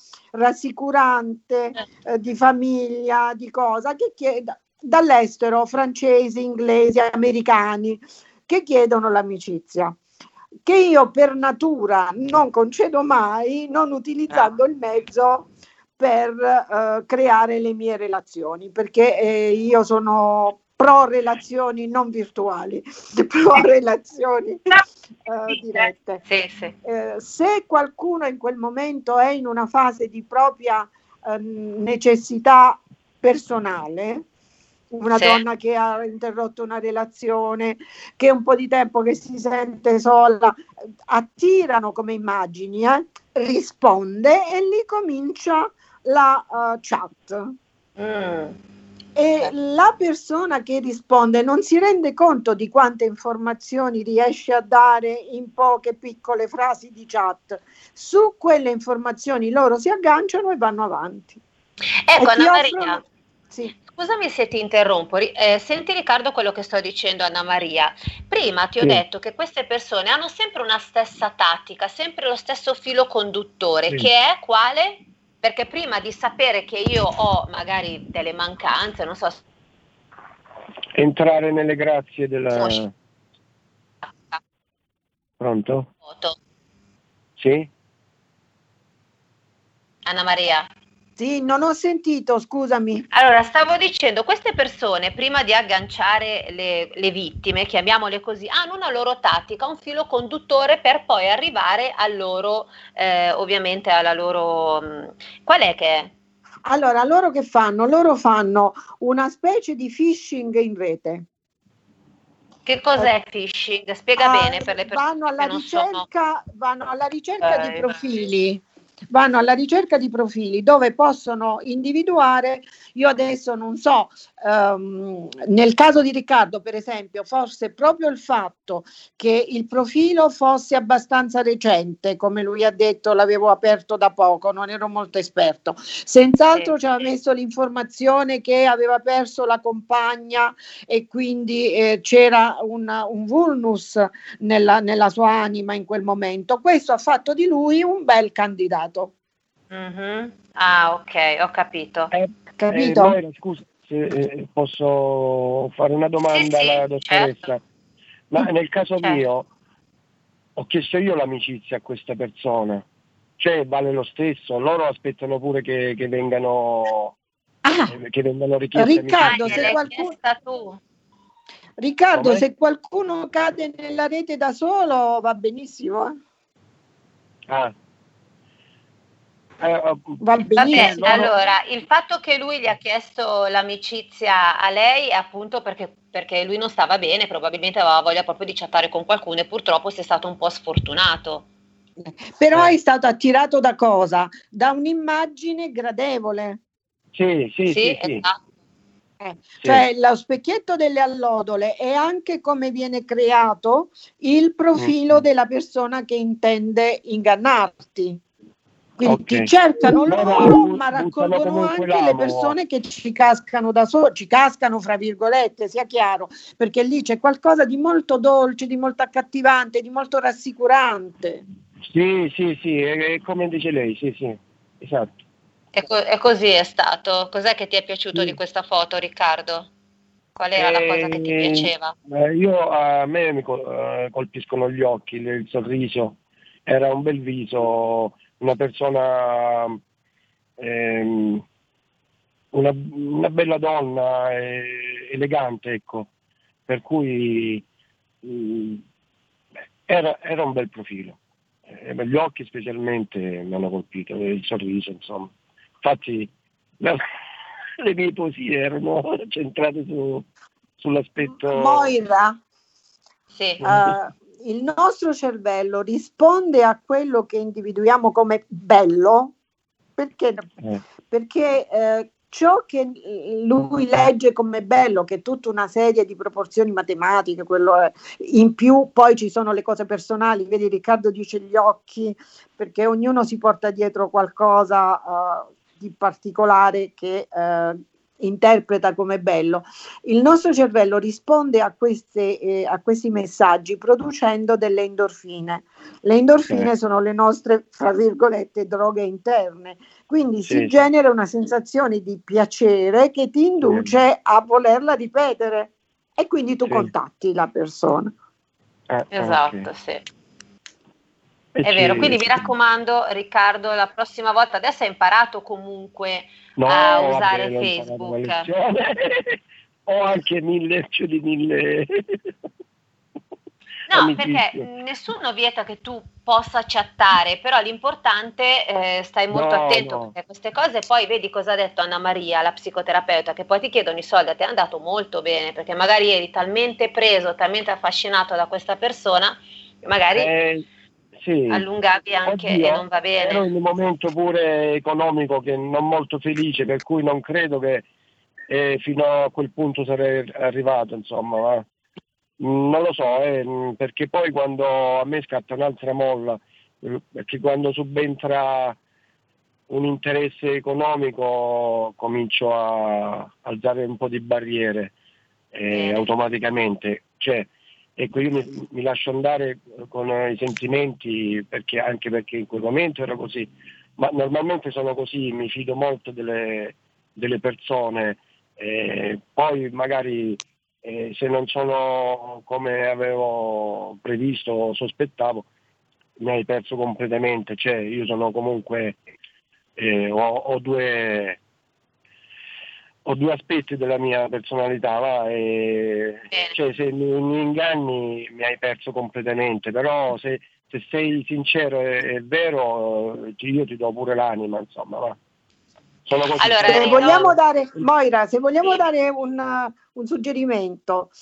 rassicurante eh, di famiglia, di cosa, che chiede dall'estero, francesi, inglesi, americani, che chiedono l'amicizia, che io per natura non concedo mai, non utilizzando il mezzo per eh, creare le mie relazioni, perché eh, io sono pro relazioni non virtuali, pro relazioni eh, dirette. Sì, sì. Eh, se qualcuno in quel momento è in una fase di propria eh, necessità personale, una sì. donna che ha interrotto una relazione, che è un po' di tempo che si sente sola, attirano come immagini, eh, risponde e lì comincia la uh, chat. Mm. E la persona che risponde non si rende conto di quante informazioni riesce a dare in poche piccole frasi di chat. Su quelle informazioni loro si agganciano e vanno avanti. Ecco, Anna Maria, offrono... sì. Scusami se ti interrompo, eh, senti Riccardo quello che sto dicendo Anna Maria. Prima ti ho sì. detto che queste persone hanno sempre una stessa tattica, sempre lo stesso filo conduttore, sì. che è quale? Perché prima di sapere che io ho magari delle mancanze, non so... Entrare nelle grazie della... Pronto? Foto. Sì? Anna Maria? Sì, non ho sentito, scusami. Allora, stavo dicendo, queste persone prima di agganciare le, le vittime, chiamiamole così, hanno una loro tattica, un filo conduttore per poi arrivare al loro, eh, ovviamente alla loro... Mh, qual è che è? Allora, loro che fanno? Loro fanno una specie di phishing in rete. Che cos'è phishing? Spiega Ah, bene per le persone vanno alla che non sono... ricerca, vanno alla ricerca di Eh, profili, vanno alla ricerca di profili dove possono individuare, io adesso non so, ehm, nel caso di Riccardo per esempio, forse proprio il fatto che il profilo fosse abbastanza recente, come lui ha detto, l'avevo aperto da poco, non ero molto esperto, senz'altro Sì, ci aveva sì. messo l'informazione che aveva perso la compagna e quindi eh, c'era un, un vulnus nella, nella sua anima in quel momento. Questo ha fatto di lui un bel candidato. Mhm. Ah, ok, ho capito. Eh, Capito? eh, Moira, scusa, se eh, posso fare una Sì, domanda alla sì, dottoressa? certo. Ma nel caso Certo. mio, ho chiesto io l'amicizia a questa persona, cioè vale lo stesso? Loro aspettano pure che, che vengano, Ah, eh, che vengano richieste Riccardo, Ah, amicizie? se gliel'hai qualcuno, chiesta tu? Riccardo, Come? se qualcuno cade nella rete da solo va benissimo, eh? Ah. Eh, Va Vabbè, benissimo. allora, il fatto che lui gli ha chiesto l'amicizia a lei è appunto perché, perché lui non stava bene, probabilmente aveva voglia proprio di chattare con qualcuno e purtroppo sei stato un po' sfortunato. Però Eh. è stato attirato da cosa? Da un'immagine gradevole. Sì, sì, Sì, sì, sì. esatto. Eh, Sì. Cioè lo specchietto delle allodole è anche come viene creato il profilo Mm. della persona che intende ingannarti. Quindi ti Ok. cercano Loro loro, bu- ma buttano raccolgono comunque anche le l'amo. persone che ci cascano da solo, ci cascano fra virgolette, sia chiaro, perché lì c'è qualcosa di molto dolce, di molto accattivante, di molto rassicurante. Sì, sì, sì, è, è come dice lei, sì, sì, esatto. E, co- e così è stato. Cos'è che ti è piaciuto di Sì. questa foto, Riccardo? Qual era la cosa che ti E, piaceva? eh, io a me mi col- eh, colpiscono gli occhi, il, il sorriso, era un bel viso, una persona, ehm, una, una bella donna, eh, elegante, ecco, per cui mm, era, era un bel profilo. Eh, ma gli occhi specialmente mi hanno colpito, e il sorriso, insomma. Infatti la- le mie poesie erano centrate su, sull'aspetto... Moira, Sì, eh, il nostro cervello risponde a quello che individuiamo come bello perché, Eh, perché eh, ciò che lui legge come bello, che è tutta una serie di proporzioni matematiche, quello è, in più poi ci sono le cose personali, vedi Riccardo dice gli occhi, perché ognuno si porta dietro qualcosa uh, di particolare che uh, interpreta come bello. Il nostro cervello risponde a, queste, eh, a questi messaggi producendo delle endorfine. Le endorfine eh, sono le nostre, fra virgolette, droghe interne. Quindi sì, si sì, genera una sensazione di piacere che ti induce a volerla ripetere e quindi tu sì. contatti la persona. Ah, esatto, ok. sì. E È ci- vero, quindi mi ci- raccomando, Riccardo, la prossima volta, adesso hai imparato comunque No, a vabbè, usare l'ho imparato la Facebook. lezione. Ho anche mille, più di mille No, perché amicizie. nessuno vieta che tu possa chattare, però l'importante, eh, stai molto No, attento no. perché queste cose poi vedi cosa ha detto Anna Maria, la psicoterapeuta, che poi ti chiedono i soldi, a te è andato molto bene, perché magari eri talmente preso, talmente affascinato da questa persona, che magari Eh, sì. allungavi anche e non Oddio, va ero in bene. un momento pure economico che non molto felice, per cui non credo che eh, fino a quel punto sarei arrivato, insomma. Va. Mm, Non lo so, eh, mm, perché poi quando a me scatta un'altra molla, eh, perché quando subentra un interesse economico comincio a alzare un po' di barriere eh, Bene. automaticamente. Cioè, ecco, io mi, mi lascio andare con i sentimenti, perché, anche perché in quel momento era così, ma normalmente sono così, mi fido molto delle, delle persone, eh, poi magari eh, se non sono come avevo previsto o sospettavo, mi hai perso completamente, cioè io sono comunque, eh, ho, ho due... Ho due aspetti della mia personalità, va, e, cioè se mi, mi inganni mi hai perso completamente, però se, se sei sincero e, e vero, io ti do pure l'anima, insomma, va. Allora, se no. vogliamo dare, Moira, se vogliamo sì. dare un, un suggerimento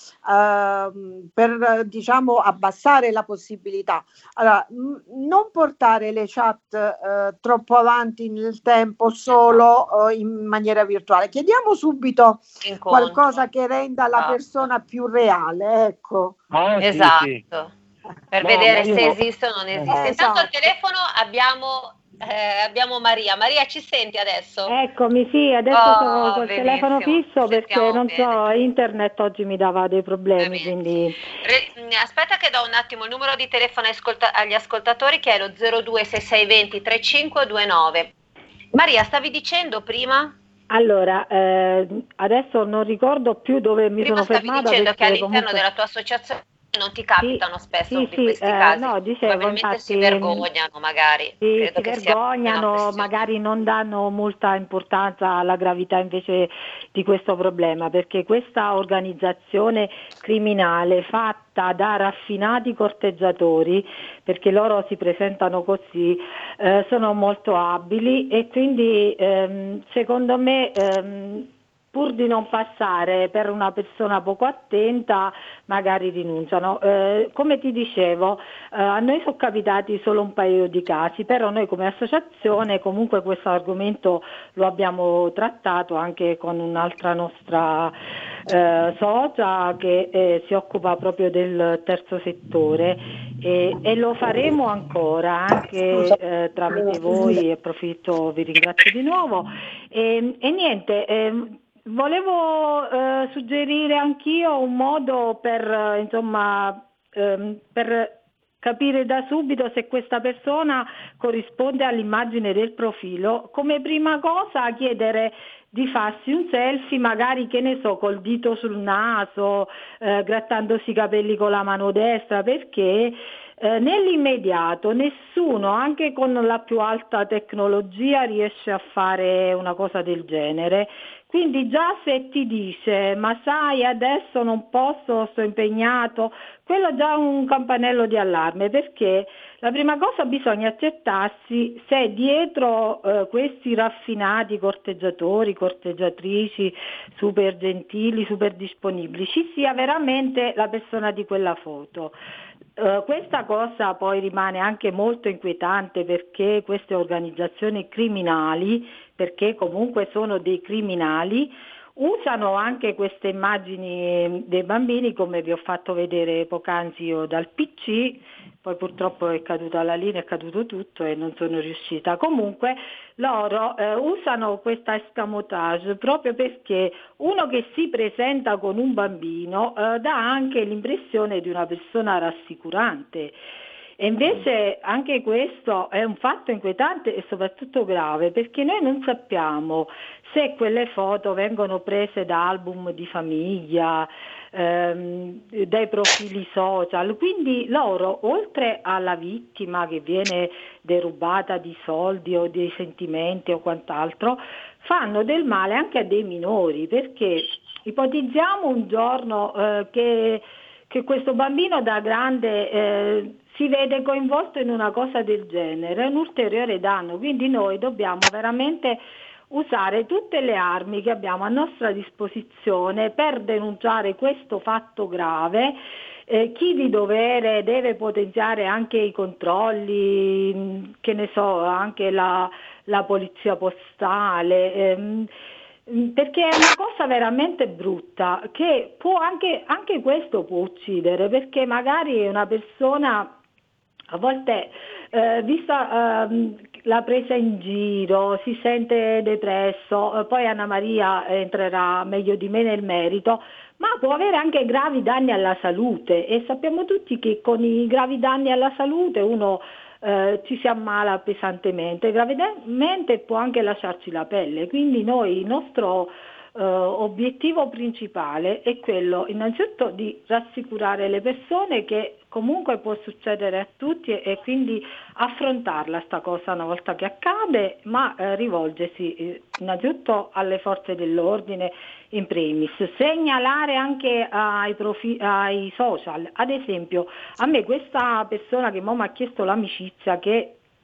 uh, per diciamo abbassare la possibilità, allora m- non portare le chat uh, troppo avanti nel tempo solo uh, in maniera virtuale, chiediamo subito Incontro. qualcosa che renda la persona più reale, ecco. Ah, esatto, sì, sì. per no, vedere se no. esiste o non esiste. Eh, Intanto esatto. al telefono abbiamo Eh, abbiamo Maria. Maria, ci senti adesso? Eccomi, sì, adesso oh, sono col benissimo. telefono fisso perché non bene. so, internet oggi mi dava dei problemi, quindi... Re, aspetta che do un attimo il numero di telefono ascolta- agli ascoltatori, che è lo zero due sei sei due zero tre cinque due nove. Maria, stavi dicendo prima? Allora, eh, adesso non ricordo più dove mi prima sono stavi fermata. dicendo che all'interno comunque... della tua associazione non ti capitano sì, spesso sì, di sì, questi eh, casi, no, dicevo, probabilmente infatti, si vergognano magari. Sì, Credo si che sia vergognano, magari non danno molta importanza alla gravità invece di questo problema, perché questa organizzazione criminale fatta da raffinati corteggiatori, perché loro si presentano così, eh, sono molto abili e quindi ehm, secondo me ehm, pur di non passare per una persona poco attenta, magari rinunciano. Eh, come ti dicevo, eh, a noi sono capitati solo un paio di casi, però noi come associazione comunque questo argomento lo abbiamo trattato anche con un'altra nostra eh, socia che eh, si occupa proprio del terzo settore e, e lo faremo ancora anche eh, tramite voi, approfitto, vi ringrazio di nuovo e, e niente. Eh, Volevo eh, suggerire anch'io un modo per, eh, insomma, ehm, per capire da subito se questa persona corrisponde all'immagine del profilo. Come prima cosa chiedere di farsi un selfie, magari, che ne so, col dito sul naso, eh, grattandosi i capelli con la mano destra, perché eh, nell'immediato nessuno, anche con la più alta tecnologia, riesce a fare una cosa del genere. Quindi già se ti dice ma sai adesso non posso, sto impegnato, quello è già un campanello di allarme, perché la prima cosa bisogna accertarsi se dietro eh, questi raffinati corteggiatori, corteggiatrici super gentili, super disponibili ci sia veramente la persona di quella foto. Uh, questa cosa poi rimane anche molto inquietante, perché queste organizzazioni criminali, perché comunque sono dei criminali, usano anche queste immagini dei bambini, come vi ho fatto vedere poc'anzi io dal P C, poi purtroppo è caduta la linea, è caduto tutto e non sono riuscita. Comunque loro eh, usano questa escamotage proprio perché uno che si presenta con un bambino eh, dà anche l'impressione di una persona rassicurante. E invece anche questo è un fatto inquietante e soprattutto grave, perché noi non sappiamo se quelle foto vengono prese da album di famiglia, ehm, dai profili social, quindi loro, oltre alla vittima che viene derubata di soldi o dei sentimenti o quant'altro, fanno del male anche a dei minori, perché ipotizziamo un giorno eh, che, che questo bambino da grande eh, si vede coinvolto in una cosa del genere, è un ulteriore danno, quindi noi dobbiamo veramente usare tutte le armi che abbiamo a nostra disposizione per denunciare questo fatto grave. Eh, chi di dovere deve potenziare anche i controlli, che ne so, anche la, la polizia postale, ehm, perché è una cosa veramente brutta, che può anche, anche questo può uccidere, perché magari una persona a volte eh, vista eh, la presa in giro, si sente depresso, eh, poi Anna Maria entrerà meglio di me nel merito, ma può avere anche gravi danni alla salute e sappiamo tutti che con i gravi danni alla salute uno eh, ci si ammala pesantemente, gravemente può anche lasciarci la pelle, quindi noi il nostro Uh, obiettivo principale è quello innanzitutto di rassicurare le persone che comunque può succedere a tutti e, e quindi affrontarla sta cosa una volta che accade, ma eh, rivolgersi eh, innanzitutto alle forze dell'ordine in primis, segnalare anche ai, profi- ai social. Ad esempio a me questa persona che mo mi ha chiesto l'amicizia, che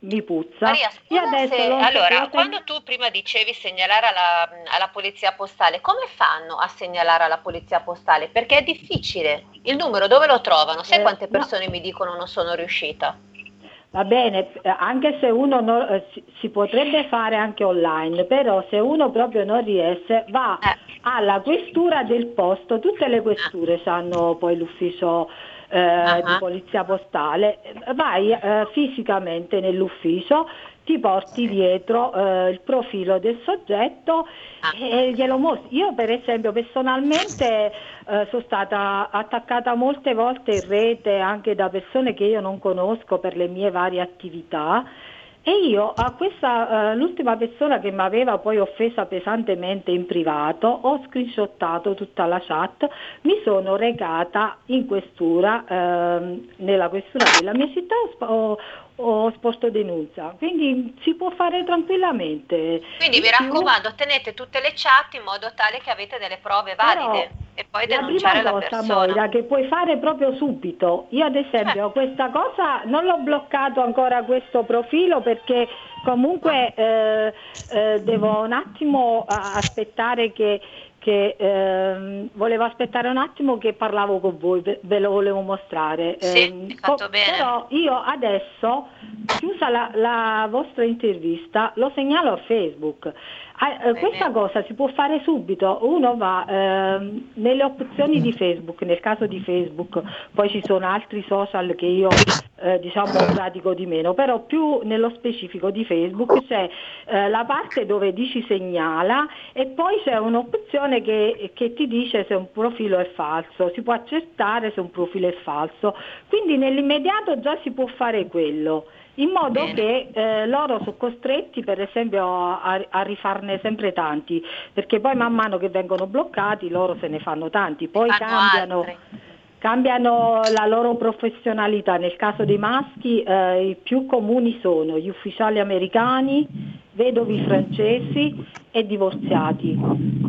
mi puzza. Maria, Io scusa adesso se... lo- Allora, lo ten- quando tu prima dicevi segnalare alla, alla polizia postale, come fanno a segnalare alla polizia postale? Perché è difficile. Il numero dove lo trovano? Sai Eh, quante no. persone mi dicono non sono riuscita? Va bene, eh, anche se uno non- eh, si, si potrebbe fare anche online, però se uno proprio non riesce va Eh. alla questura del posto, tutte le questure hanno poi l'ufficio eh, Ah. di polizia postale, vai eh, fisicamente nell'ufficio, ti porti dietro eh, il profilo del soggetto Ah. e glielo mostri. Io per esempio personalmente eh, sono stata attaccata molte volte in rete anche da persone che io non conosco per le mie varie attività e io a questa eh, l'ultima persona che mi aveva poi offesa pesantemente in privato ho screenshottato tutta la chat, mi sono recata in questura ehm, nella questura della mia città, ho, sp- ho, ho sporto denuncia, quindi si può fare tranquillamente. Quindi vi In più- raccomando, tenete tutte le chat in modo tale che avete delle prove valide Però, e poi la denunciare prima la cosa, persona. Moira, che puoi fare proprio subito. Io ad esempio Certo. questa cosa non l'ho bloccato ancora questo profilo perché comunque eh, eh, devo un attimo a- aspettare che, che ehm, volevo aspettare un attimo che parlavo con voi, ve, ve lo volevo mostrare. Sì, Ehm, hai fatto co- bene. Però io adesso, chiusa la, la vostra intervista, lo segnalo a Facebook. Ah, eh, questa cosa si può fare subito, uno va ehm, nelle opzioni di Facebook, nel caso di Facebook, poi ci sono altri social che io eh, diciamo pratico di meno, però più nello specifico di Facebook c'è eh, la parte dove dici segnala e poi c'è un'opzione che, che ti dice se un profilo è falso, si può accertare se un profilo è falso, quindi nell'immediato già si può fare quello. In modo Bene. che eh, loro sono costretti per esempio a, a rifarne sempre tanti, perché poi man mano che vengono bloccati loro se ne fanno tanti, poi Fanno cambiano, altri. cambiano la loro professionalità. Nel caso dei maschi eh, i più comuni sono gli ufficiali americani, vedovi francesi e divorziati.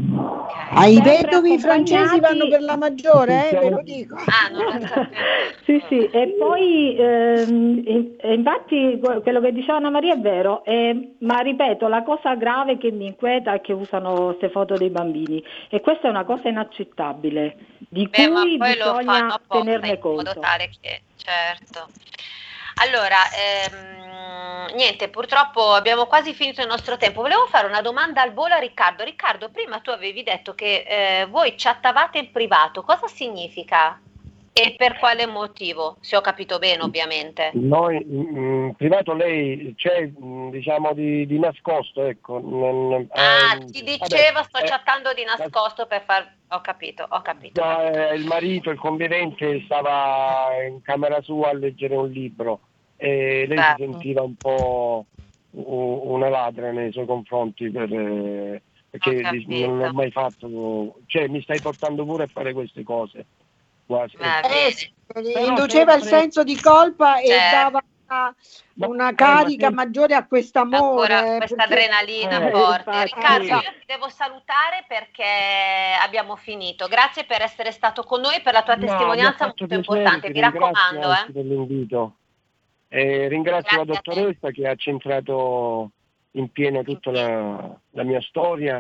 Ai Sempre vedovi francesi vanno accompagnati- per la maggiore, eh, ve lo dico. Ah, non lo sapevo. Sì, sì, e poi ehm, in- e infatti que- quello che diceva Anna Maria è vero, eh, ma ripeto, la cosa grave che mi inquieta è che usano queste foto dei bambini e questa è una cosa inaccettabile, di Beh, ma cui poi lo fanno bisogna apposta tenerne in modo conto. tale che, certo. Allora, ehm, niente, purtroppo abbiamo quasi finito il nostro tempo. Volevo fare una domanda al volo a Riccardo. Riccardo, prima tu avevi detto che eh, voi chattavate in privato. Cosa significa? E per quale motivo? Se ho capito bene, ovviamente. Noi in privato lei c'è mh, diciamo di, di nascosto, ecco. non- Ah, ehm, ti vabbè, diceva sto eh, chattando di nascosto per far... Ho capito, ho capito. ho capito. eh, il marito, il convivente stava in camera sua a leggere un libro e lei Beh. si sentiva un po' u- una ladra nei suoi confronti per, eh, perché Ho dis- capito. non l'ho mai fatto, cioè mi stai portando pure a fare queste cose quasi. Va Eh, bene. sì, Però induceva il sempre- senso di colpa e Certo. dava una, Ma- una eh, ma carica se- maggiore a quest'amore. Ancora questa perché- adrenalina Eh, forte. infatti. Riccardo, Sì. io ti devo salutare perché abbiamo finito. Grazie per essere stato con noi e per la tua No, mi ha testimonianza fatto molto piacere, importante. ti Mi ringrazio raccomando, anche eh. per l'invito. E ringrazio Grazie la a te. dottoressa che ha centrato in pieno tutta la, la mia storia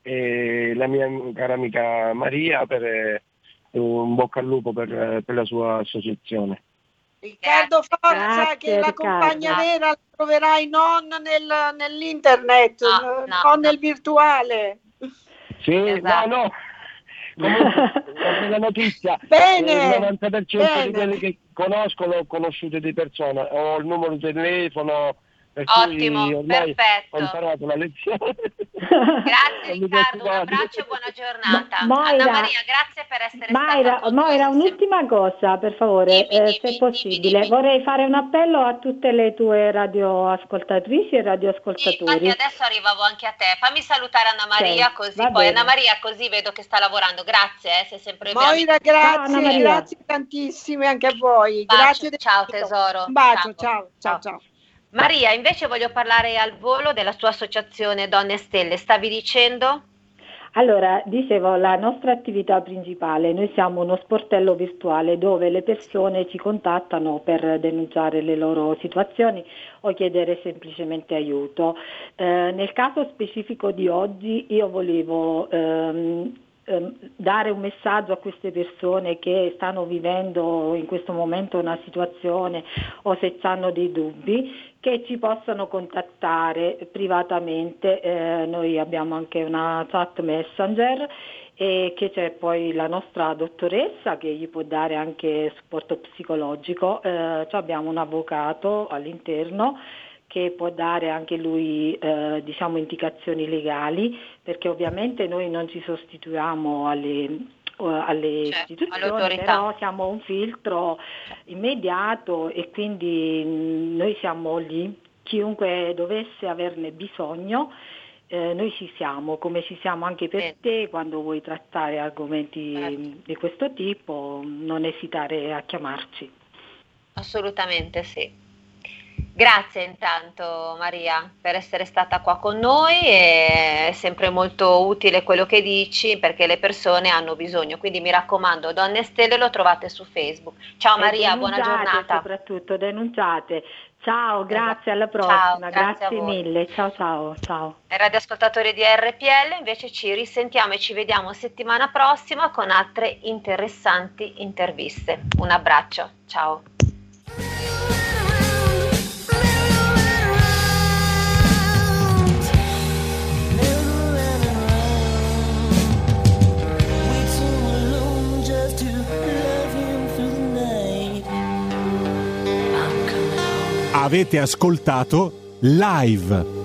e la mia cara amica Maria per eh, un bocca al lupo per, per la sua associazione. Riccardo, forza, Grazie, che la Riccardo. compagna vera la troverai non nel- nell'internet, No, n- no, non no. nel virtuale. Sì, Esatto. no, no. Comunque, ho della notizia. Bene, Il novanta per cento bene. di quelli che conosco l'ho conosciuto di persona. Ho il numero di telefono, per Ottimo, cui ormai perfetto. ho imparato la lezione. Grazie Non mi Riccardo, un preoccupate. abbraccio e buona giornata. Ma- Moira- Anna Maria, grazie per essere Moira, stata con noi. Moira, Sei sempre- un'ultima cosa, per favore, Dimmi, eh, dimmi, se è dimmi, possibile. dimmi. Vorrei fare un appello a tutte le tue radioascoltatrici e Sì, radioascoltatori. infatti adesso arrivavo anche a te. Fammi salutare Anna Maria, Ok, così va poi bene. Anna Maria così vedo che sta lavorando. Grazie, eh, sei sempre Moira, veramente- Ciao, Anna grazie, Maria. grazie tantissime anche a voi. Un bacio, Grazie del ciao, invito. tesoro. Un bacio, Ciao. ciao, ciao, Ciao. ciao. Maria, invece voglio parlare al volo della tua associazione Donne Stelle. Stavi dicendo? Allora, dicevo, la nostra attività principale, noi siamo uno sportello virtuale dove le persone ci contattano per denunciare le loro situazioni o chiedere semplicemente aiuto. Eh, nel caso specifico di oggi io volevo ehm, ehm, dare un messaggio a queste persone che stanno vivendo in questo momento una situazione o se hanno dei dubbi, che ci possano contattare privatamente, eh, noi abbiamo anche una chat messenger e che c'è poi la nostra dottoressa che gli può dare anche supporto psicologico, eh, abbiamo un avvocato all'interno che può dare anche lui eh, diciamo indicazioni legali, perché ovviamente noi non ci sostituiamo alle alle certo, istituzioni, però siamo un filtro immediato e quindi mh, noi siamo lì, chiunque dovesse averne bisogno, eh, noi ci siamo, come ci siamo anche per eh. te quando vuoi trattare argomenti certo. di questo tipo, non esitare a chiamarci. Assolutamente sì. Grazie intanto Maria per essere stata qua con noi, è sempre molto utile quello che dici perché le persone hanno bisogno, quindi mi raccomando, Donne Stelle lo trovate su Facebook. Ciao Maria, buona giornata. Soprattutto denunciate. Ciao, grazie, alla prossima, ciao, grazie, grazie mille, ciao ciao ciao. E radioascoltatori di R P L invece ci risentiamo e ci vediamo settimana prossima con altre interessanti interviste. Un abbraccio, ciao. Avete ascoltato Live.